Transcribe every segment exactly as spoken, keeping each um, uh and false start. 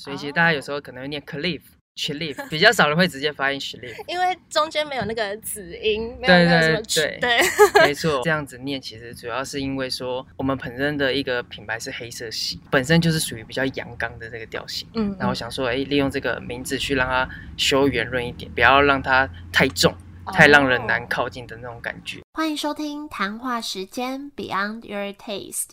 所以其实大家有时候可能会念 Cliff。Chiliff 比较少人会直接发音 Chiliff， 因为中间没有那个子音，没有那个什么对对对， 没错，这样子念其实主要是因为说我们本身的一个品牌是黑色系，本身就是属于比较阳刚的这个调性。嗯，然后想说，哎，利用这个名字去让它修圆润一点，不要让它太重，太让人难靠近的那种感觉。 欢迎收听谈话时间 Beyond Your Taste。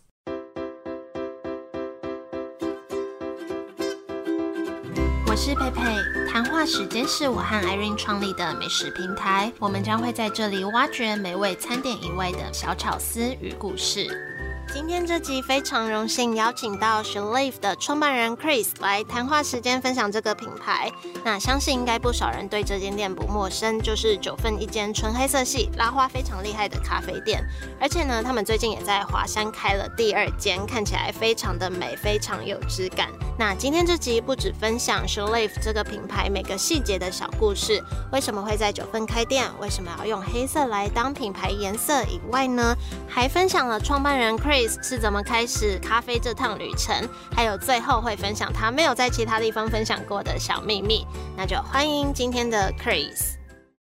我是佩佩，谈话时间是我和 Irene 创立的美食平台，我们将会在这里挖掘美味餐点以外的小巧思与故事。 今天这集非常荣幸邀请到 Chiliff 的创办人 Chris 来谈话时间分享这个品牌。那相信应该不少人对这间店不陌生，就是九份一间纯黑色系、拉花非常厉害的咖啡店。而且呢，他们最近也在华山开了第二间，看起来非常的美，非常有质感。那今天这集不只分享 Chiliff 这个品牌每个细节的小故事，为什么会在九份开店，为什么要用黑色来当品牌颜色以外呢，还分享了创办人 Chris是怎么开始咖啡这趟旅程，还有最后会分享他没有在其他地方分享过的小秘密。那就欢迎今天的 Chris。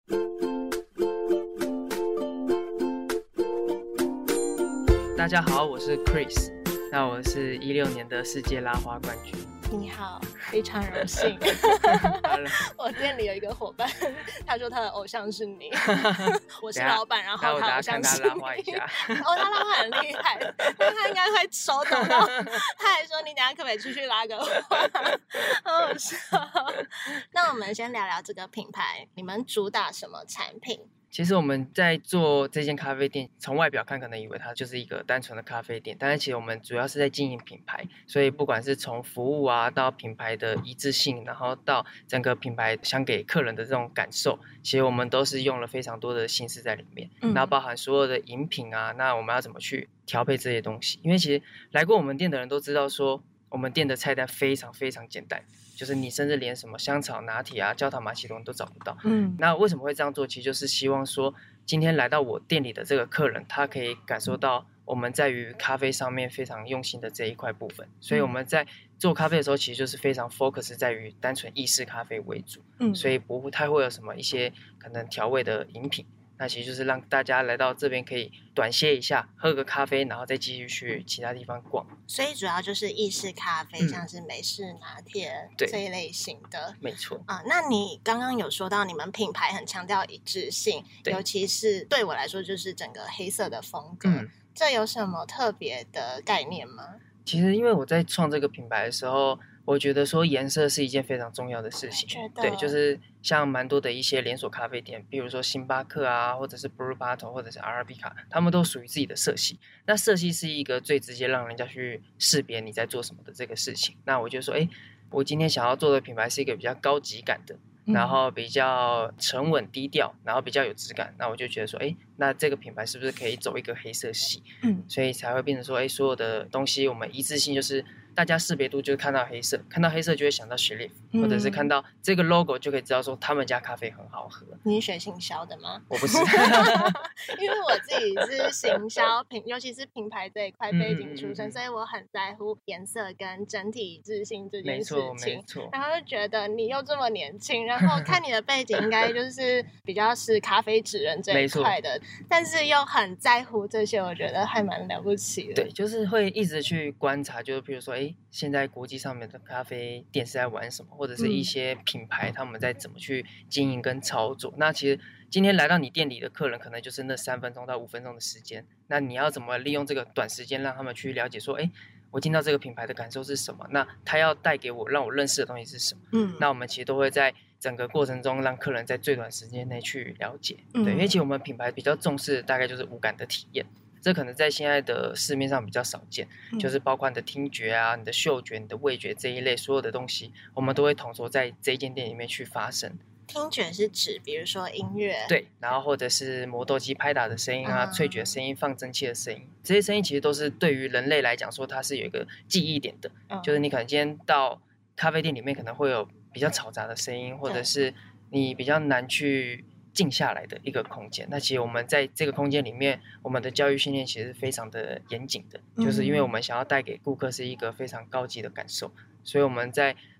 大家好，我是 Chris， 那我是一六年的世界拉花冠军。 你好，非常荣幸。我店里有一个伙伴，他说他的偶像是你。我是老板，然后他偶像是你。 哦， 他拉花很厉害，但他应该会手抖到。他还说你等一下可不可以出去拉个花？好好笑。那我们先聊聊这个品牌，你们主打什么产品？ 其实我们在做这间咖啡店，从外表看可能以为它就是一个单纯的咖啡店，但是其实我们主要是在经营品牌，所以不管是从服务啊到品牌的一致性，然后到整个品牌想给客人的这种感受，其实我们都是用了非常多的心思在里面，嗯、然后包含所有的饮品啊，那我们要怎么去调配这些东西？因为其实来过我们店的人都知道说，我们店的菜单非常非常简单，就是你甚至连什么香草拿铁啊、焦糖玛奇朵都找不到。嗯，那为什么会这样做？其实就是希望说，今天来到我店里的这个客人，他可以感受到我们在于咖啡上面非常用心的这一块部分。所以我们在做咖啡的时候，其实就是非常 focus 在于单纯意式咖啡为主。嗯，所以不太会有什么一些可能调味的饮品。那其实就是让大家来到这边可以短歇一下，喝个咖啡，然后再继续去其他地方逛。 所以主要就是意式咖啡，嗯、像是美式拿铁这一类型的。 没错啊、呃。那你刚刚有说到你们品牌很强调一致性，尤其是对我来说就是整个黑色的风格，嗯、这有什么特别的概念吗？ 其实因为我在创这个品牌的时候，我觉得说颜色是一件非常重要的事情。对，就是像蛮多的一些连锁咖啡店，比如说星巴克啊，或者是 Brew Bottle 或者是阿拉比卡，他们都属于自己的色系。那色系是一个最直接让人家去识别你在做什么的这个事情。那我就说，哎，我今天想要做的品牌是一个比较高级感的，然后比较沉稳低调，然后比较有质感。那我就觉得说，哎，那这个品牌是不是可以走一个黑色系？嗯，所以才会变成说，哎，所有的东西我们一致性就是大家识别度就是看到黑色，看到黑色就会想到 Chiliff，嗯、或者是看到这个 logo 就可以知道说他们家咖啡很好喝。 你是学行销的吗？ 我不是， 因为我自己是行销品，尤其是品牌这一块背景出身，嗯、所以我很在乎颜色跟整体一致性这件事情。 没错，没错。 然后就觉得你又这么年轻，然后看你的背景应该就是比较是咖啡职人这一块的，但是又很在乎这些，我觉得还蛮了不起的。 对，就是会一直去观察，就是比如说，哎，现在国际上面的咖啡店是在玩什么，或者是一些品牌他们在怎么去经营跟操作。嗯、那其实今天来到你店里的客人，可能就是那三分钟到五分钟的时间，那你要怎么利用这个短时间让他们去了解说，哎，我听到这个品牌的感受是什么？那他要带给我让我认识的东西是什么？嗯，那我们其实都会在整个过程中让客人在最短时间内去了解。嗯、对，因为其实我们品牌比较重视大概就是五感的体验。这可能在现在的市面上比较少见，嗯、就是包括你的听觉啊、你的嗅觉、你的味觉这一类所有的东西，我们都会统筹在这一间店里面去发生。 听觉是指比如说音乐， 对，然后或者是磨豆机拍打的声音啊、嗯、萃取的声音、放蒸汽的声音，这些声音其实都是对于人类来讲说它是有一个记忆点的，嗯、就是你可能今天到咖啡店里面可能会有比较嘈杂的声音，或者是你比较难去静下来的一个空间。那其实我们在这个空间里面，我们的教育训练其实非常的严谨的，就是因为我们想要带给顾客是一个非常高级的感受，所以我们在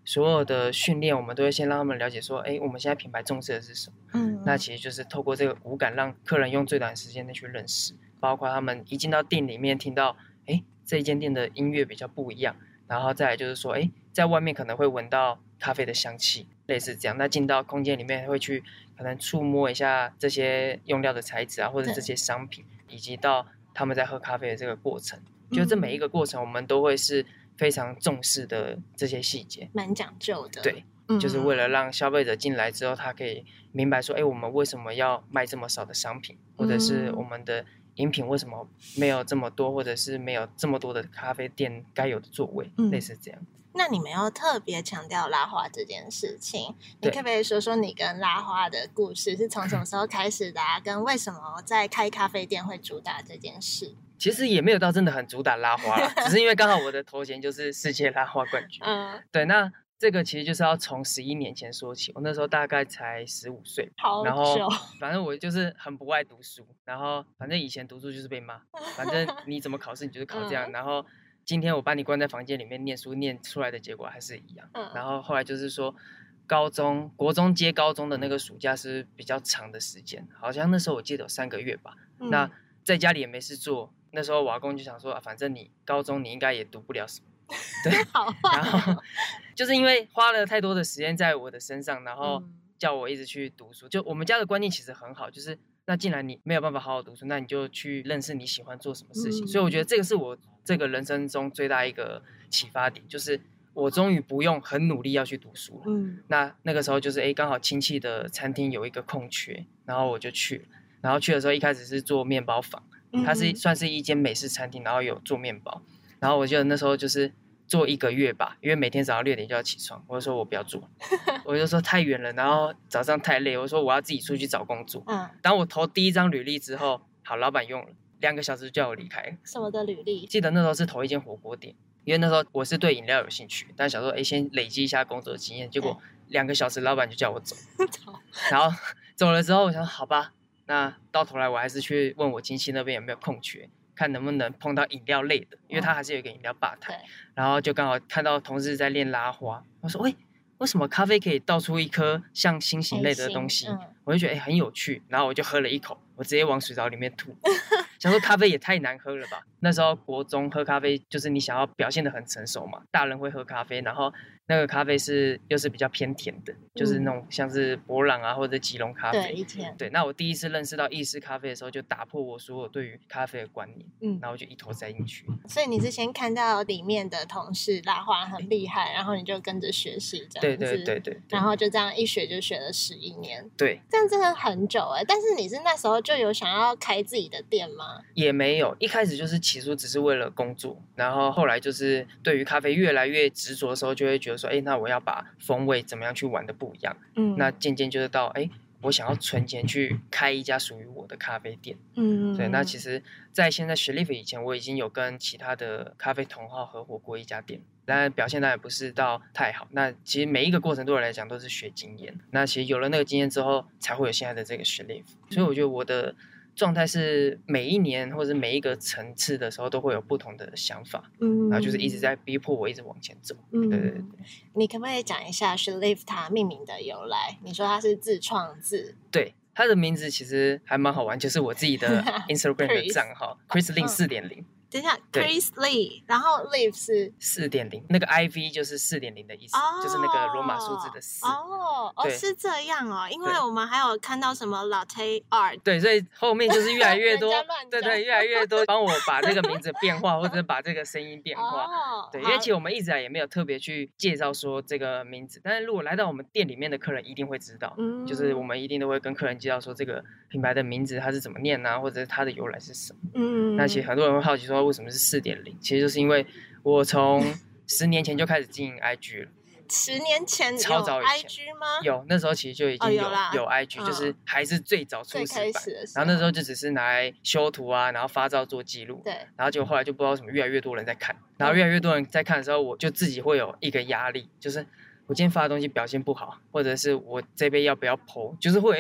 所有的训练我们都会先让他们了解说，哎，我们现在品牌重视的是什么。嗯，那其实就是透过这个五感让客人用最短时间内去认识，包括他们一进到店里面听到，哎，这一间店的音乐比较不一样，然后再来就是说，哎，在外面可能会闻到咖啡的香气，类似这样。那进到空间里面会去可能触摸一下这些用料的材质啊，或者这些商品，以及到他们在喝咖啡的这个过程，就这每一个过程我们都会是非常重视的这些细节， 蛮讲究的。 对，就是为了让消费者进来之后，他可以明白说，哎，我们为什么要卖这么少的商品，或者是我们的饮品为什么没有这么多，或者是没有这么多的咖啡店该有的座位，嗯、类似这样。 那你们要特别强调拉花这件事情，你可不可以说说你跟拉花的故事是从什么时候开始的啊？跟为什么在开咖啡店会主打这件事？ 其实也没有到真的很主打拉花啦，只是因为刚好我的头衔就是世界拉花冠军。嗯，对，那这个其实就是要从十一年前说起，我那时候大概才十五岁， 好久。 然后反正我就是很不爱读书，然后反正以前读书就是被骂，反正你怎么考试你就是考这样，嗯、然后今天我把你关在房间里面念书，念出来的结果还是一样。嗯、然后后来就是说，高中、国中接高中的那个暑假是比较长的时间，好像那时候我记得有三个月吧。嗯、那在家里也没事做，那时候我阿公就想说，啊，反正你高中你应该也读不了什么。对，然后就是因为花了太多的时间在我的身上，然后叫我一直去读书。就我们家的观念其实很好，就是那既然你没有办法好好读书，那你就去认识你喜欢做什么事情。嗯、所以我觉得这个是我这个人生中最大一个启发点，就是我终于不用很努力要去读书了。嗯，那那个时候就是哎，刚好亲戚的餐厅有一个空缺，然后我就去了。然后去的时候一开始是做面包坊，它是算是一间美式餐厅，然后有做面包。然后我记得那时候就是做一个月吧，因为每天早上六点就要起床，我就说我不要做，我就说太远了，然后早上太累，我说我要自己出去找工作。嗯，当我投第一张履历之后，好，老板用了，两个小时就叫我离开。 什么的履历？记得那时候是投一间火锅店，因为那时候我是对饮料有兴趣，但想说哎先累积一下工作的经验，结果两个小时老板就叫我走，然后走了之后我想好吧，那到头来我还是去问我亲戚那边有没有空缺。看能不能碰到饮料类的，因为他还是有一个饮料吧台，嗯、然后就刚好看到同事在练拉花，我说喂，为什么咖啡可以倒出一颗像星星类的东西？嗯、我就觉得哎很有趣，然后我就喝了一口，我直接往水槽里面吐，想说咖啡也太难喝了吧。那时候国中喝咖啡就是你想要表现得很成熟嘛，大人会喝咖啡，然后那个咖啡是又是比较偏甜的，嗯、就是那种像是伯朗啊或者吉隆咖啡。 对，甜。 对，那我第一次认识到意式咖啡的时候，就打破我所有对于咖啡的观念，嗯，然后就一头栽进去。 所以你是先看到里面的同事拉花很厉害，然后你就跟着学习这样子。 对对对 对, 对。 然后就这样一学就学了十一年。 对。 这样真的很久哎、欸，但是你是那时候就有想要开自己的店吗？ 也没有，一开始就是起初只是为了工作，然后后来就是对于咖啡越来越执着的时候，就会觉得说，哎，那我要把风味怎么样去玩的不一样。嗯，那渐渐就是到，哎，我想要存钱去开一家属于我的咖啡店。嗯，对，那其实在现在Shaleaf以前，我已经有跟其他的咖啡同好合伙过一家店，但表现当然不是到太好。那其实每一个过程对我来讲都是学经验。那其实有了那个经验之后，才会有现在的这个Shaleaf。所以我觉得我的状态是每一年或者每一个层次的时候都会有不同的想法，嗯，然后就是一直在逼迫我一直往前走。嗯，对对对。 你可不可以讲一下Shaleaf它命名的由来？你说它是自创自， 对，它的名字其实还蛮好玩，就是我自己的 Instagram 的账号Chris Lin 四点零。 等一下 ，Chris Lee， 然后 Live 是四点零，那个 I V 就是四点零的意思， oh, 就是那个罗马数字的四。 哦，哦，是这样哦，因为我们还有看到什么 Latte Art， 对，所以后面就是越来越多，对对，越来越多帮我把这个名字变化，或者把这个声音变化。Oh, 对，因为其实我们一直也没有特别去介绍说这个名字，但是如果来到我们店里面的客人一定会知道，嗯、就是我们一定都会跟客人介绍说这个品牌的名字它是怎么念啊，或者是它的由来是什么。嗯，那其实很多人会好奇说为什么是四点零，其实就是因为我从十年前就开始经营 I G 了。 十年前超早以前 I G 吗？ 有，那时候其实就已经有、哦、有, 有 I G，、嗯、就是还是最早初始版，然后那时候就只是拿来修图啊，然后发照做记录， 对， 然后结果后来就不知道为什么越来越多人在看，然后越来越多人在看的时候，我就自己会有一个压力，就是我今天发的东西表现不好，或者是我这边要不要 po， 就是会有一种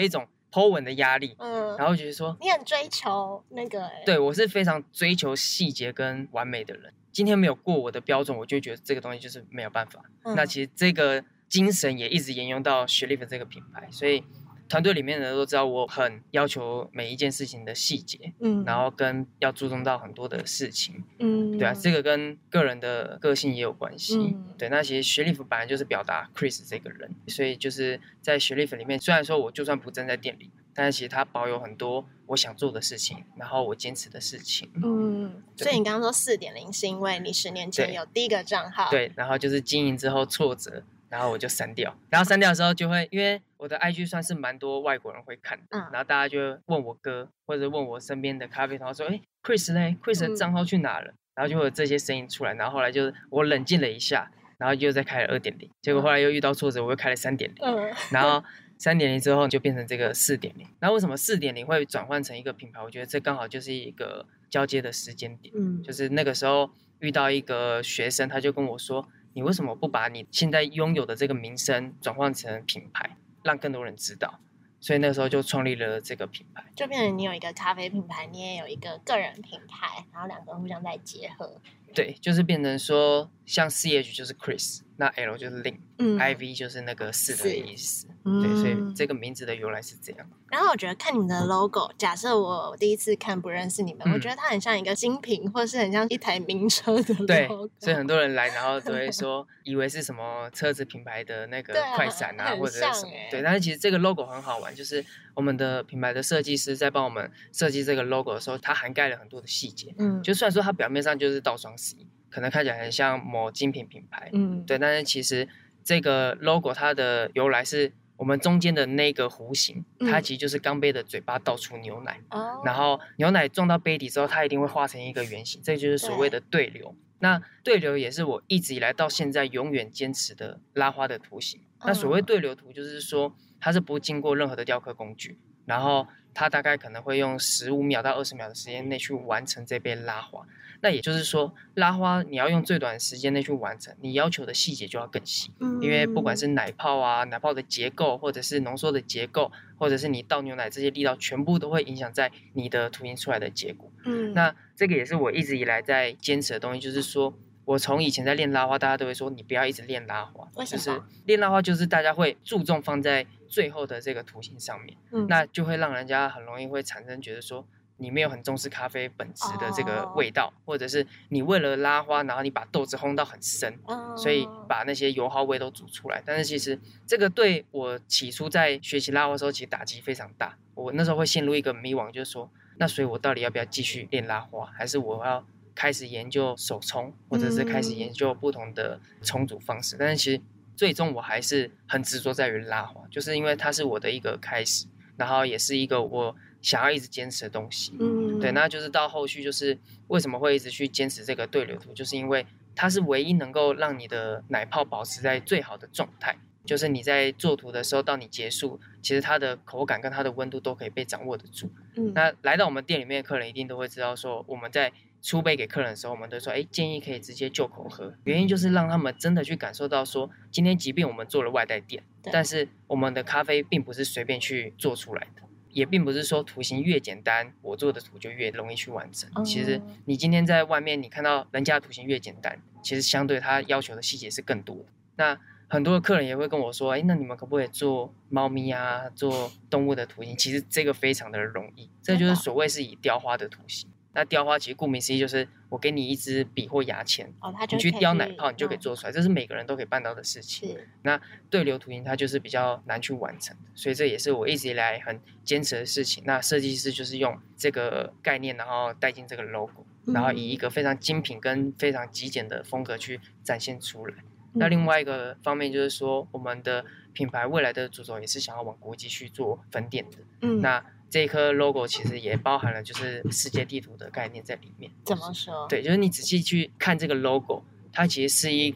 po 文的压力， 嗯， 然后觉得说你很追求那个、欸， 对我是非常追求细节跟完美的人。今天没有过我的标准，我就觉得这个东西就是没有办法。嗯、那其实这个精神也一直沿用到 Sheliff 这个品牌，所以团队里面的人都知道我很要求每一件事情的细节，嗯，然后跟要注重到很多的事情，嗯，对啊，这个跟个人的个性也有关系，嗯，对。那其实 Sheliff 本来就是表达 Chris 这个人，所以就是在 Sheliff 里面，虽然说我就算不站在店里，但是其实他保有很多我想做的事情，然后我坚持的事情。 嗯，所以你刚刚说 四点零 是因为你十年前有第一个账号， 对，然后就是经营之后挫折，然后我就删掉。然后删掉的时候就会，因为我的 I G 算是蛮多外国人会看，嗯，然后大家就会问我哥或者问我身边的咖啡同说，哎 ，Chris 呢 ？Chris 的账号去哪了？嗯、然后就会有这些声音出来。然后后来就是我冷静了一下，然后又再开了 二点零， 结果后来又遇到挫折，我又开了 三点零， 嗯，然后三点零 之后就变成这个 四点零。 那为什么 四点零 会转换成一个品牌？我觉得这刚好就是一个交接的时间点，嗯，就是那个时候遇到一个学生，他就跟我说，你为什么不把你现在拥有的这个名声转换成品牌，让更多人知道？所以那时候就创立了这个品牌， 就变成你有一个咖啡品牌，你也有一个个人品牌，然后两个互相在结合。 对，就是变成说，像 C H 就是 Chris， 那 L 就是 Lin，嗯 I V 就是那个四的意思，嗯，对，所以这个名字的由来是这样。 然后我觉得看你们的 logo， 假设我第一次看不认识你们，嗯、我觉得它很像一个精品，或是很像一台名车的 logo。 对，所以很多人来，然后都会说，以为是什么车子品牌的那个快闪 啊, 啊或者是什么。对，但是其实这个 logo 很好玩，就是我们的品牌的设计师在帮我们设计这个 logo 的时候，它涵盖了很多的细节。嗯，就虽然说它表面上就是倒双 C， 可能看起来很像某精品品牌，嗯，对，但是其实这个 logo 它的由来是我们中间的那个弧形，它其实就是钢杯的嘴巴倒出牛奶，嗯、然后牛奶撞到杯底之后，它一定会画成一个圆形，这就是所谓的对流。那对流也是我一直以来到现在永远坚持的拉花的图形。那所谓对流图就是说，它是不经过任何的雕刻工具，然后它大概可能会用十五秒到二十秒的时间内去完成这杯拉花。那也就是说，拉花你要用最短的时间内去完成，你要求的细节就要更细，嗯、因为不管是奶泡啊、奶泡的结构，或者是浓缩的结构，或者是你倒牛奶这些力道，全部都会影响在你的图形出来的结果。嗯，那这个也是我一直以来在坚持的东西，就是说我从以前在练拉花，大家都会说你不要一直练拉花， 为什么？ 就是练拉花就是大家会注重放在最后的这个图形上面，嗯、那就会让人家很容易会产生觉得说，你没有很重视咖啡本质的这个味道， oh. 或者是你为了拉花，然后你把豆子烘到很深， oh. 所以把那些油耗味都煮出来。但是其实这个对我起初在学习拉花的时候，其实打击非常大。我那时候会陷入一个迷惘，就是说，那所以我到底要不要继续练拉花，还是我要开始研究手冲，或者是开始研究不同的冲煮方式？嗯、但是其实最终我还是很执着在于拉花，就是因为它是我的一个开始，然后也是一个我想要一直坚持的东西，嗯，对，那就是到后续就是为什么会一直去坚持这个对流图，就是因为它是唯一能够让你的奶泡保持在最好的状态，就是你在做图的时候到你结束，其实它的口感跟它的温度都可以被掌握得住。嗯，那来到我们店里面的客人一定都会知道说，我们在出杯给客人的时候，我们都说，哎，建议可以直接就口喝，原因就是让他们真的去感受到说，今天即便我们做了外带店，但是我们的咖啡并不是随便去做出来的。也并不是说图形越简单，我做的图就越容易去完成。嗯、其实你今天在外面，你看到人家的图形越简单，其实相对他要求的细节是更多的。那很多的客人也会跟我说，哎，那你们可不可以做猫咪啊，做动物的图形？其实这个非常的容易，这就是所谓是以雕花的图形。那雕花其实顾名思义就是我给你一支笔或牙签，哦、你去雕奶泡，你就可以做出来，这是每个人都可以办到的事情。那对流图形它就是比较难去完成的，所以这也是我一直以来很坚持的事情。那设计师就是用这个概念，然后带进这个 logo， 然后以一个非常精品跟非常极简的风格去展现出来。嗯、那另外一个方面就是说，我们的品牌未来的主轴也是想要往国际去做分店的。嗯，那这一颗 logo 其实也包含了就是世界地图的概念在里面。 怎么说？ 对，就是你仔细去看这个 logo， 它其实是一个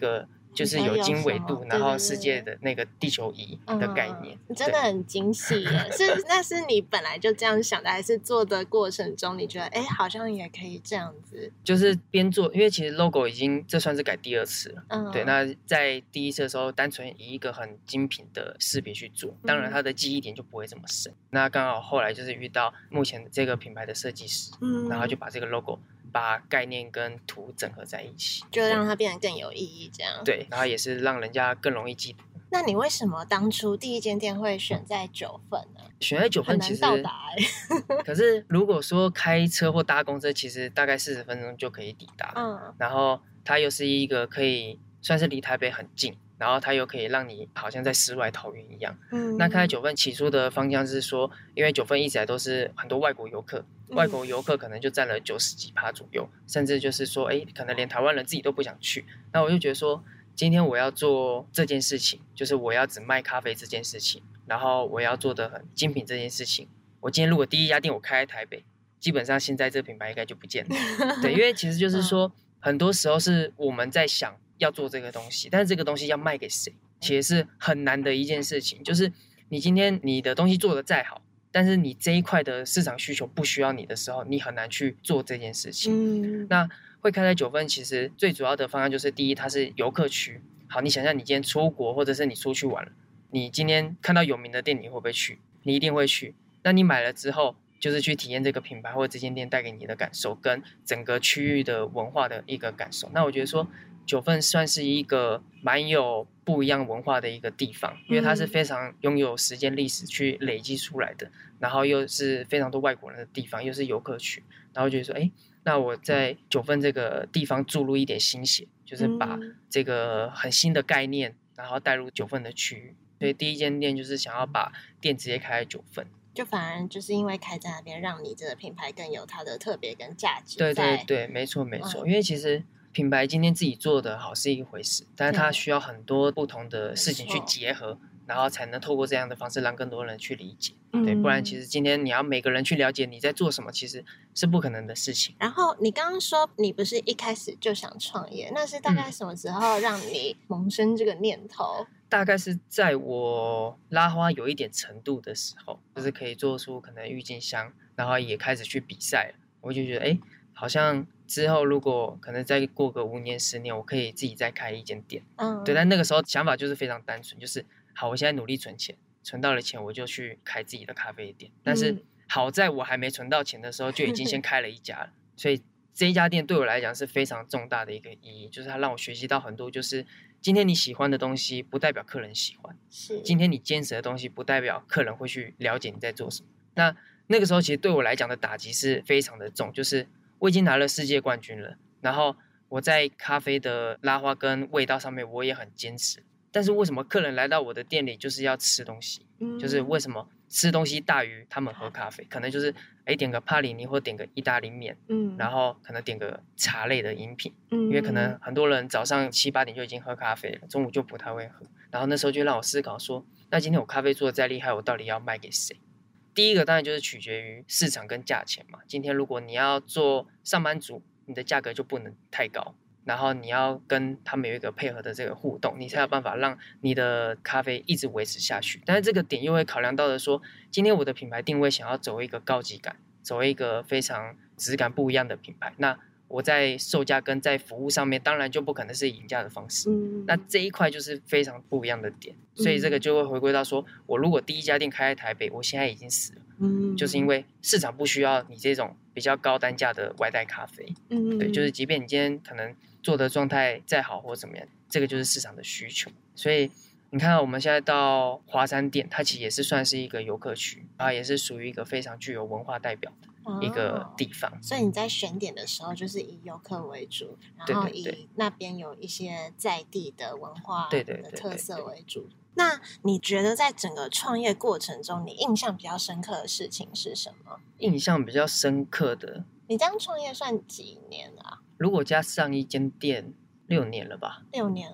就是有经纬度，然后世界的那个地球仪的概念， 嗯、真的很精细耶。是，那是你本来就这样想的，还是做的过程中你觉得，哎，好像也可以这样子？ 就是边做，因为其实 logo 已经这算是改第二次了。 嗯， 对。那在第一次的时候，单纯以一个很精品的识别去做，当然它的记忆点就不会这么深。嗯、那刚好后来就是遇到目前这个品牌的设计师，嗯，然后就把这个 logo。把概念跟图整合在一起， 就让它变得更有意义，这样对，然后也是让人家更容易记得。 那你为什么当初第一间店会选在九份呢？ 选在九份其实很难到达欸可是如果说开车或搭公车，其实大概四十分钟就可以抵达。嗯，然后它又是一个可以算是离台北很近，然后它又可以让你好像在世外桃源一样。嗯，那开九份起初的方向是说，因为九份一直来都是很多外国游客。外国游客可能就占了九十几趴左右，甚至就是说，哎，可能连台湾人自己都不想去。那我就觉得说，今天我要做这件事情，就是我要只卖咖啡这件事情，然后我要做的很精品这件事情。我今天如果第一家店我开在台北，基本上现在这个品牌应该就不见了。对，因为其实就是说，很多时候是我们在想要做这个东西，但是这个东西要卖给谁，其实是很难的一件事情。就是你今天你的东西做得再好，但是你这一块的市场需求不需要你的时候，你很难去做这件事情。嗯，那会开在九份，其实最主要的方向就是第一，它是游客区。好，你想象你今天出国，或者是你出去玩了，你今天看到有名的店，你会不会去？你一定会去。那你买了之后，就是去体验这个品牌或者这间店带给你的感受，跟整个区域的文化的一个感受。那我觉得说，九份算是一个蛮有不一样文化的一个地方，因为它是非常拥有时间历史去累积出来的，然后又是非常多外国人的地方，又是游客区，然后觉得说，哎，那我在九份这个地方注入一点心血，就是把这个很新的概念，然后带入九份的区域。所以第一间店就是想要把店直接开在九份。 就反而就是因为开在那边，让你这个品牌更有它的特别跟价值。 对对对，没错没错、嗯。因为其实品牌今天自己做的好是一回事，但是它需要很多不同的事情去结合，然后才能透过这样的方式让更多人去理解。嗯、对，不然其实今天你要每个人去了解你在做什么，其实是不可能的事情。 然后你刚刚说你不是一开始就想创业，那是大概什么时候让你萌生这个念头？嗯大概是在我拉花有一点程度的时候，就是可以做出可能郁金香，然后也开始去比赛了。我就觉得，哎，好像之后如果可能再过个五年、十年，我可以自己再开一间店。嗯，对。但那个时候想法就是非常单纯，就是好，我现在努力存钱，存到了钱我就去开自己的咖啡店。但是好在我还没存到钱的时候，就已经先开了一家了，所以这一家店对我来讲是非常重大的一个意义，就是它让我学习到很多，就是今天你喜欢的东西不代表客人喜欢，是今天你坚持的东西不代表客人会去了解你在做什么。那那个时候其实对我来讲的打击是非常的重，就是我已经拿了世界冠军了，然后我在咖啡的拉花跟味道上面我也很坚持，但是为什么客人来到我的店里就是要吃东西、嗯、就是为什么吃东西大于他们喝咖啡，可能就是哎点个帕里尼或点个意大利面，嗯，然后可能点个茶类的饮品，嗯，因为可能很多人早上七八点就已经喝咖啡了，中午就不太会喝，然后那时候就让我思考说，那今天我咖啡做的再厉害，我到底要卖给谁？第一个当然就是取决于市场跟价钱嘛，今天如果你要做上班族，你的价格就不能太高，然后你要跟他们有一个配合的这个互动，你才有办法让你的咖啡一直维持下去。但是这个点又会考量到的说，今天我的品牌定位想要走一个高级感，走一个非常质感不一样的品牌，那我在售价跟在服务上面当然就不可能是赢家的方式、嗯、那这一块就是非常不一样的点，所以这个就会回归到说，我如果第一家店开在台北，我现在已经死了，嗯，就是因为市场不需要你这种比较高单价的外带咖啡，嗯，对，就是即便你今天可能做的状态再好或怎么样，这个就是市场的需求。所以你看我们现在到华山店，它其实也是算是一个游客区，然后也是属于一个非常具有文化代表的一个地方、哦、 所以你在选点的时候就是以游客为主，然后以那边有一些在地的文化的特色为主。那你觉得在整个创业过程中，你印象比较深刻的事情是什么？ 印象比较深刻的， 你这样创业算几年啊？ 如果加上一间店，六年了吧？ 六年了。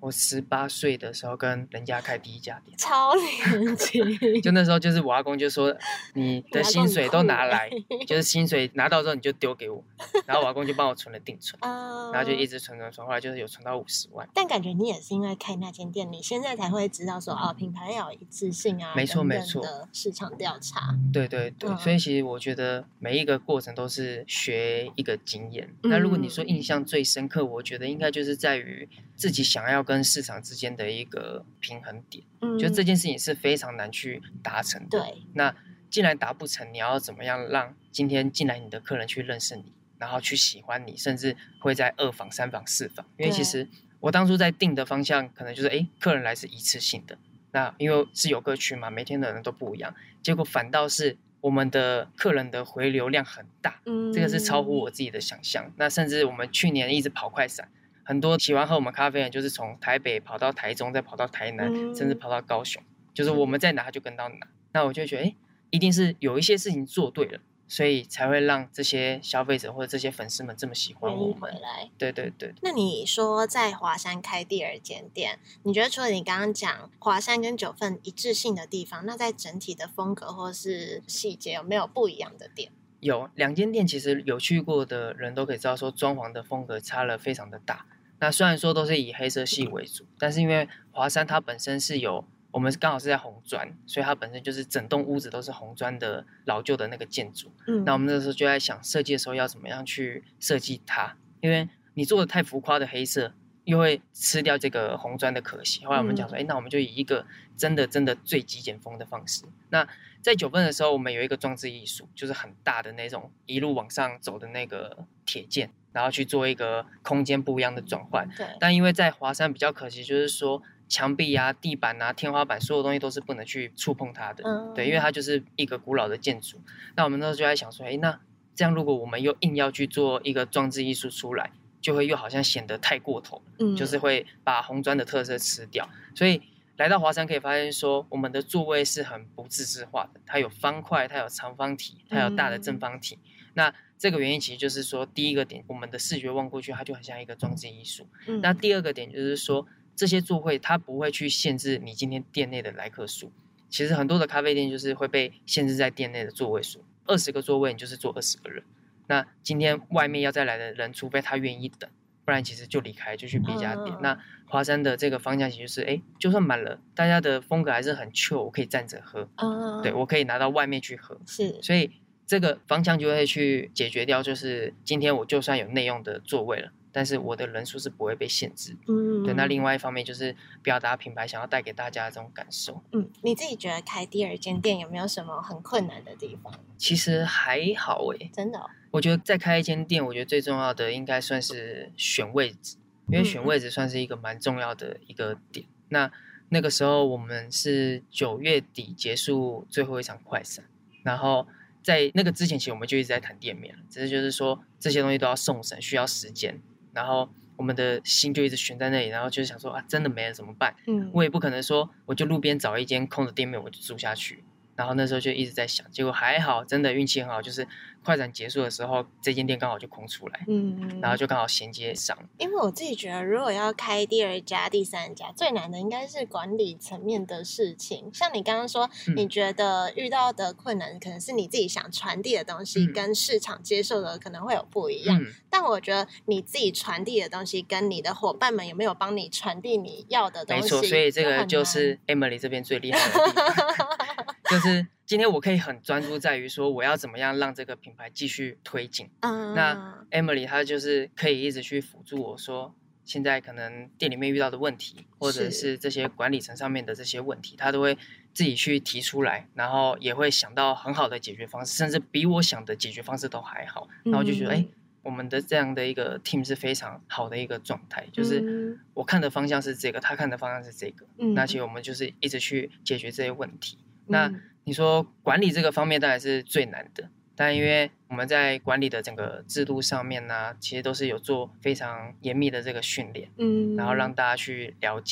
我十八岁的时候跟人家开第一家店， 超年轻。 就那时候就是我阿公就说你的薪水都拿来，就是薪水拿到之后你就丢给我，然后我阿公就帮我存了定存， 嗯、 然后就一直存存存，后来就是有存到五十万。 但感觉你也是因为开那间店，你现在才会知道说哦，品牌要有一致性啊， 没错没错的市场调查。 对对对、嗯，所以其实我觉得每一个过程都是学一个经验。嗯、那如果你说印象最深刻，我觉得应该就是在于自己想要跟市场之间的一个平衡点。嗯，就这件事情是非常难去达成的。 对， 那既然达不成，你要怎么样让今天进来你的客人去认识你，然后去喜欢你，甚至会在二访、三访、四访？因为其实我当初在定的方向可能就是，哎，客人来是一次性的。那因为是游客区嘛，每天的人都不一样，结果反倒是我们的客人的回流量很大，嗯，这个是超乎我自己的想象。那甚至我们去年一直跑快闪，很多喜欢喝我们咖啡的人就是从台北跑到台中，再跑到台南，嗯、甚至跑到高雄，就是我们在哪他就跟到哪。那我就觉得，哎，一定是有一些事情做对了，所以才会让这些消费者或者这些粉丝们这么喜欢我们。 回来， 对对对。 那你说在华山开第二间店，你觉得除了你刚刚讲华山跟九份一致性的地方，那在整体的风格或是细节有没有不一样的点？ 有，两间店其实有去过的人都可以知道说装潢的风格差了非常的大。那虽然说都是以黑色系为主，但是因为华山它本身是有，我们刚好是在红砖，所以它本身就是整栋屋子都是红砖的老旧的那个建筑。嗯，那我们那时候就在想设计的时候要怎么样去设计它，因为你做的太浮夸的黑色又会吃掉这个红砖的可惜。后来我们讲说，哎、嗯，那我们就以一个真的真的最极简风的方式。那在九份的时候，我们有一个装置艺术，就是很大的那种一路往上走的那个铁件，然后去做一个空间不一样的转换。 对。 但因为在华山比较可惜，就是说墙壁啊、地板啊、天花板，所有东西都是不能去触碰它的。嗯。对，因为它就是一个古老的建筑。那我们那时候就在想说，哎，那这样如果我们又硬要去做一个装置艺术出来，就会又好像显得太过头，嗯，就是会把红砖的特色吃掉。所以来到华山可以发现说，我们的座位是很不自制化的，它有方块，它有长方体，它有大的正方体。嗯、那这个原因其实就是说，第一个点，我们的视觉望过去，它就很像一个装置艺术。嗯、那第二个点就是说，这些座位它不会去限制你今天店内的来客数。其实很多的咖啡店就是会被限制在店内的座位数，二十个座位你就是坐二十个人。那今天外面要再来的人，除非他愿意等，不然其实就离开，就去别家店。嗯、那华山的这个方向其实就是，哎，就算满了，大家的风格还是很 chill， 我可以站着喝，嗯、对我可以拿到外面去喝， 是，所以这个方向就会去解决掉，就是今天我就算有内用的座位了，但是我的人数是不会被限制。嗯，对。那另外一方面就是表达品牌想要带给大家的这种感受。 嗯，你自己觉得开第二间店有没有什么很困难的地方？ 其实还好诶， 真的、哦。 我觉得再开一间店，我觉得最重要的应该算是选位置，因为选位置算是一个蛮重要的一个点。嗯、那那个时候我们是九月底结束最后一场快闪，然后在那个之前，其实我们就一直在谈店面了，只是就是说这些东西都要送审，需要时间，然后我们的心就一直悬在那里，然后就是想说啊，真的没了怎么办？嗯，我也不可能说我就路边找一间空的店面我就住下去。然后那时候就一直在想，结果还好，真的运气很好，就是快闪结束的时候，这间店刚好就空出来，嗯，然后就刚好衔接上。 因为我自己觉得，如果要开第二家、第三家，最难的应该是管理层面的事情。像你刚刚说，嗯、你觉得遇到的困难，可能是你自己想传递的东西，嗯、跟市场接受的可能会有不一样。嗯、但我觉得你自己传递的东西，跟你的伙伴们有没有帮你传递你要的东西？ 没错，所以这个就是 Emily 这边最厉害的地方。就是今天我可以很专注在于说我要怎么样让这个品牌继续推进。嗯，那 Emily 她就是可以一直去辅助我说，现在可能店里面遇到的问题，或者是这些管理层上面的这些问题，她都会自己去提出来，然后也会想到很好的解决方式，甚至比我想的解决方式都还好。然后就觉得，哎、嗯，我们的这样的一个 team 是非常好的一个状态，就是我看的方向是这个，他看的方向是这个，嗯、那其实我们就是一直去解决这些问题。那你说管理这个方面当然是最难的，但因为我们在管理的整个制度上面呢、啊，其实都是有做非常严密的这个训练，嗯，然后让大家去了解，然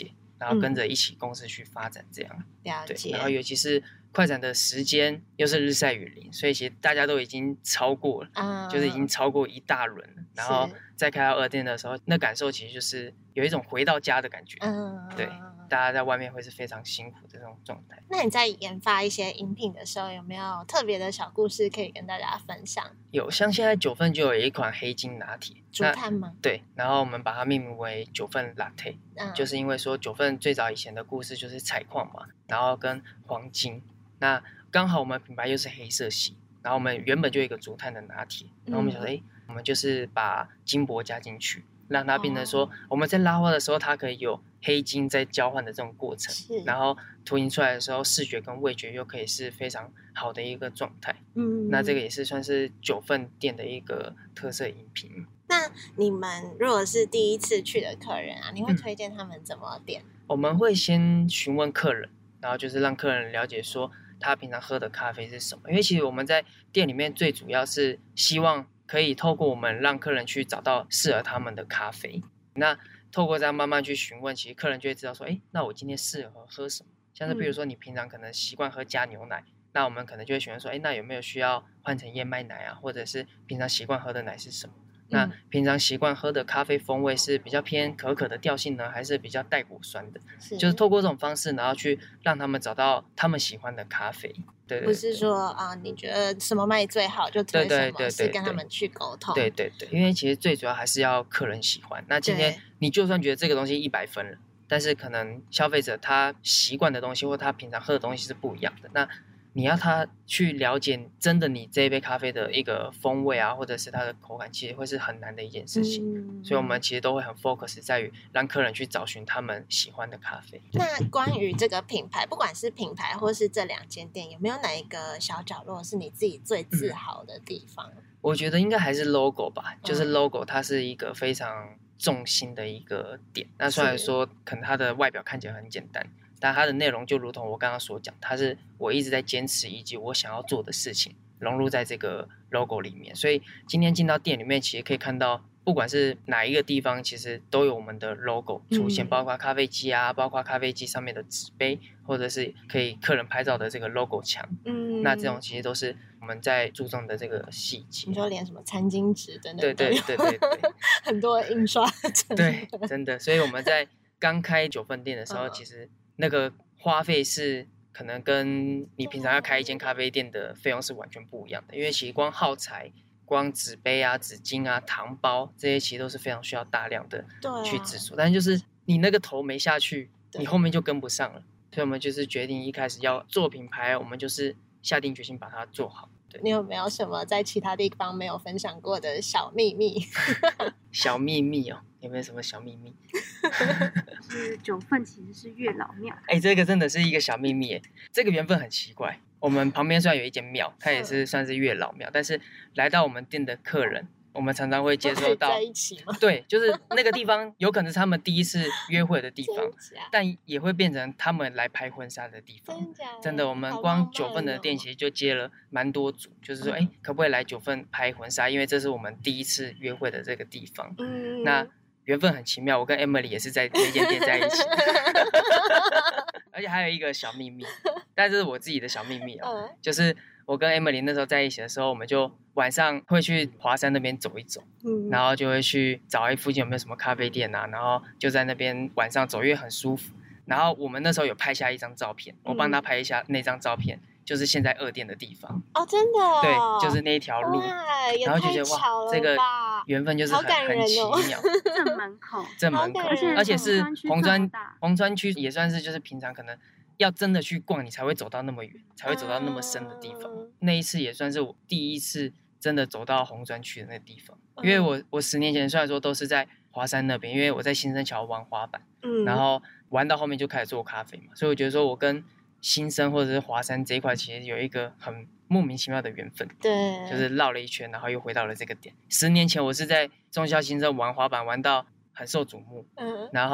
然后跟着一起公司去发展这样。 了解。 对，然后尤其是快闪的时间又是日晒雨淋，所以其实大家都已经超过了，嗯、就是已经超过一大轮了。然后再开到二店的时候，那感受其实就是有一种回到家的感觉。嗯，对。大家在外面会是非常辛苦的这种状态。 那你在研发一些饮品的时候，有没有特别的小故事可以跟大家分享？ 有，像现在九份就有一款黑金拿铁， 竹炭吗？ 对，然后我们把它命名为九份 Latte，、嗯、就是因为说九份最早以前的故事就是采矿嘛，然后跟黄金，那刚好我们品牌又是黑色系，然后我们原本就有一个竹炭的拿铁，然后我们想说，哎、嗯，我们就是把金箔加进去。让它变成说、哦、我们在拉花的时候它可以有黑金在交换的这种过程，然后涂匀出来的时候视觉跟味觉又可以是非常好的一个状态。嗯，那这个也是算是九份店的一个特色饮品。 那你们如果是第一次去的客人啊，你会推荐他们怎么点？ 嗯、我们会先询问客人，然后就是让客人了解说他平常喝的咖啡是什么，因为其实我们在店里面最主要是希望可以透过我们让客人去找到适合他们的咖啡，那透过这样慢慢去询问，其实客人就会知道说，哎，那我今天适合喝什么？像是比如说你平常可能习惯喝加牛奶，嗯、那我们可能就会询问说，哎，那有没有需要换成燕麦奶啊？或者是平常习惯喝的奶是什么？那平常习惯喝的咖啡风味是比较偏可可的调性呢，还是比较带果酸的？是就是透过这种方式，然后去让他们找到他们喜欢的咖啡。对对对， 不是说啊，你觉得什么卖最好就推什么，对对对对对，是跟他们去沟通。 对对对，因为其实最主要还是要客人喜欢。那今天你就算觉得这个东西一百分了，但是可能消费者他习惯的东西或他平常喝的东西是不一样的，那你要他去了解真的你这一杯咖啡的一个风味啊，或者是它的口感，其实会是很难的一件事情。嗯、所以我们其实都会很 focus 在于让客人去找寻他们喜欢的咖啡。 那关于这个品牌，不管是品牌或是这两间店，有没有哪一个小角落是你自己最自豪的地方？嗯、 我觉得应该还是 logo 吧，就是 logo 它是一个非常重心的一个点。那虽然说可能它的外表看起来很简单，但它的内容就如同我刚刚所讲，它是我一直在坚持以及我想要做的事情融入在这个 logo 里面。所以今天进到店里面，其实可以看到不管是哪一个地方，其实都有我们的 logo 出现，嗯、包括咖啡机啊，包括咖啡机上面的纸杯，或者是可以客人拍照的这个 logo 墙。嗯，那这种其实都是我们在注重的这个细节。 你说连什么餐巾纸等等， 对对对对对， 很多印刷成对，真的。所以我们在刚开九份店的时候，其实那个花费是可能跟你平常要开一间咖啡店的费用是完全不一样的，因为其实光耗材、光纸杯啊、纸巾啊、糖包这些其实都是非常需要大量的去制作，啊、但是就是你那个头没下去，你后面就跟不上了。所以我们就是决定一开始要做品牌，我们就是下定决心把它做好。 你有没有什么在其他地方没有分享过的小秘密？ 小秘密哦，有没有什么小秘密？ 是九份其实是月老庙。 哎，这个真的是一个小秘密耶。这个缘分很奇怪，我们旁边虽然有一间庙，它也是算是月老庙，但是来到我们店的客人，我们常常会接收到在一起吗？ 对，就是那个地方有可能是他们第一次约会的地方，但也会变成他们来拍婚纱的地方。 真的， 真的，我们光九份的店其实就接了蛮多组，就是说，哎、嗯，可不可以来九份拍婚纱？因为这是我们第一次约会的这个地方。嗯，那缘分很奇妙，我跟 Emily 也是在那间店在一起。而且还有一个小秘密，但这是我自己的小秘密哦，嗯、就是我跟 Emily 那时候在一起的时候，我们就晚上会去华山那边走一走，嗯，然后就会去找哎附近有没有什么咖啡店啊，然后就在那边晚上走，因为很舒服。然后我们那时候有拍下一张照片，我帮他拍一下那张照片，嗯、就是现在二店的地方哦，真的、哦， 对，就是那一条路，然后就觉得哇，这个缘分就是很、哦、很奇妙。 正门口， 正门口，而且是红砖红砖区，也算是就是平常可能要真的去逛，你才会走到那么远，才会走到那么深的地方。嗯、那一次也算是我第一次真的走到红砖区的那个地方，嗯、因为我我十年前虽然说都是在华山那边，因为我在新生桥玩滑板，嗯，然后玩到后面就开始做咖啡嘛，所以我觉得说我跟新生或者是华山这一块其实有一个很莫名其妙的缘分， 对， 就是绕了一圈，然后又回到了这个点。十年前我是在中校新生玩滑板玩到很受瞩目，嗯，然后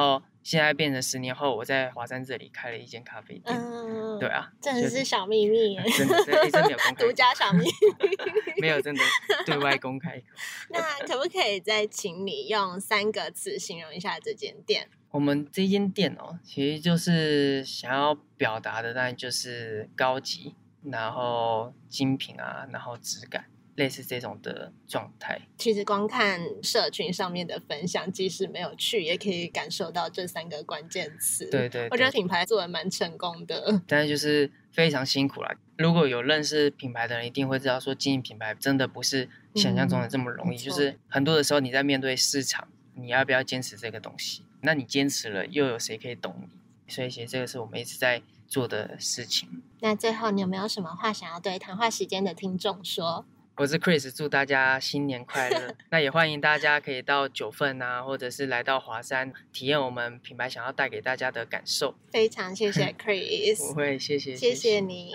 现在变成十年后我在华山这里开了一间咖啡店。 嗯， 对啊， 真的是小秘密耶， 真的是、欸、真的有公开， 独家小秘密， 没有真的对外公开。 那可不可以再请你用三个词形容一下这间店？ 我们这间店哦，其实就是想要表达的，当然就是高级，然后精品啊，然后质感，类似这种的状态。 其实光看社群上面的分享，即使没有去，也可以感受到这三个关键词。 对 对, 对， 我觉得品牌做的蛮成功的， 但是就是非常辛苦啦。如果有认识品牌的人，一定会知道说经营品牌真的不是想象中的这么容易。嗯、就是很多的时候你在面对市场，你要不要坚持这个东西？那你坚持了，又有谁可以懂你？所以其实这个是我们一直在做的事情。 那最后你有没有什么话想要对谈话时间的听众说？ 我是 Chris， 祝大家新年快乐。那也欢迎大家可以到九份啊，或者是来到华山，体验我们品牌想要带给大家的感受。 非常谢谢 Chris， 不会，谢谢， 谢谢你。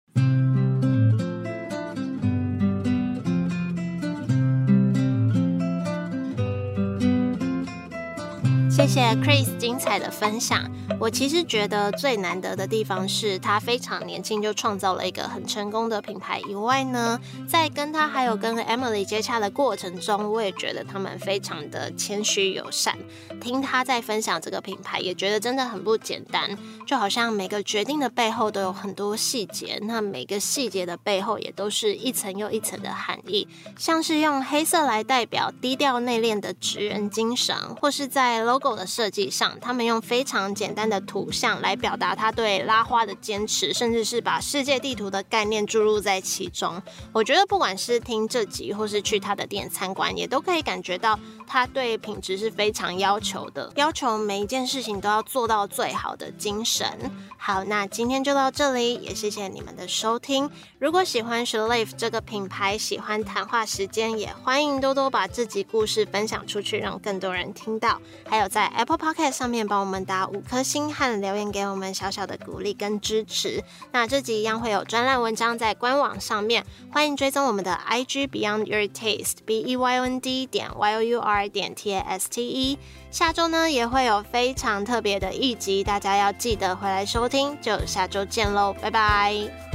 谢谢 Chris 精彩的分享。我其实觉得最难得的地方是他非常年轻就创造了一个很成功的品牌以外呢，在跟他还有跟 Emily 接洽的过程中，我也觉得他们非常的谦虚友善。听他在分享这个品牌，也觉得真的很不简单，就好像每个决定的背后都有很多细节，那每个细节的背后也都是一层又一层的含义，像是用黑色来代表低调内敛的职人精神，或是在 logo 的设计上，他们用非常简单的图像来表达他对拉花的坚持，甚至是把世界地图的概念注入在其中。我觉得不管是听这集或是去他的店参观，也都可以感觉到他对品质是非常要求的，要求每一件事情都要做到最好的精神。好，那今天就到这里，也谢谢你们的收听。如果喜欢 Shaleif 这个品牌，喜欢谈话时间，也欢迎多多把这集故事分享出去，让更多人听到。还有在 Apple Podcast 上面帮我们打五颗星和留言给我们小小的鼓励跟支持。那这集一样会有专栏文章在官网上面，欢迎追踪我们的 I G Beyond Your Taste B E Y O N D 点 Y O U R 点 T A S T E。下周呢也会有非常特别的一集，大家要记得回来收听，就下周见喽，拜拜。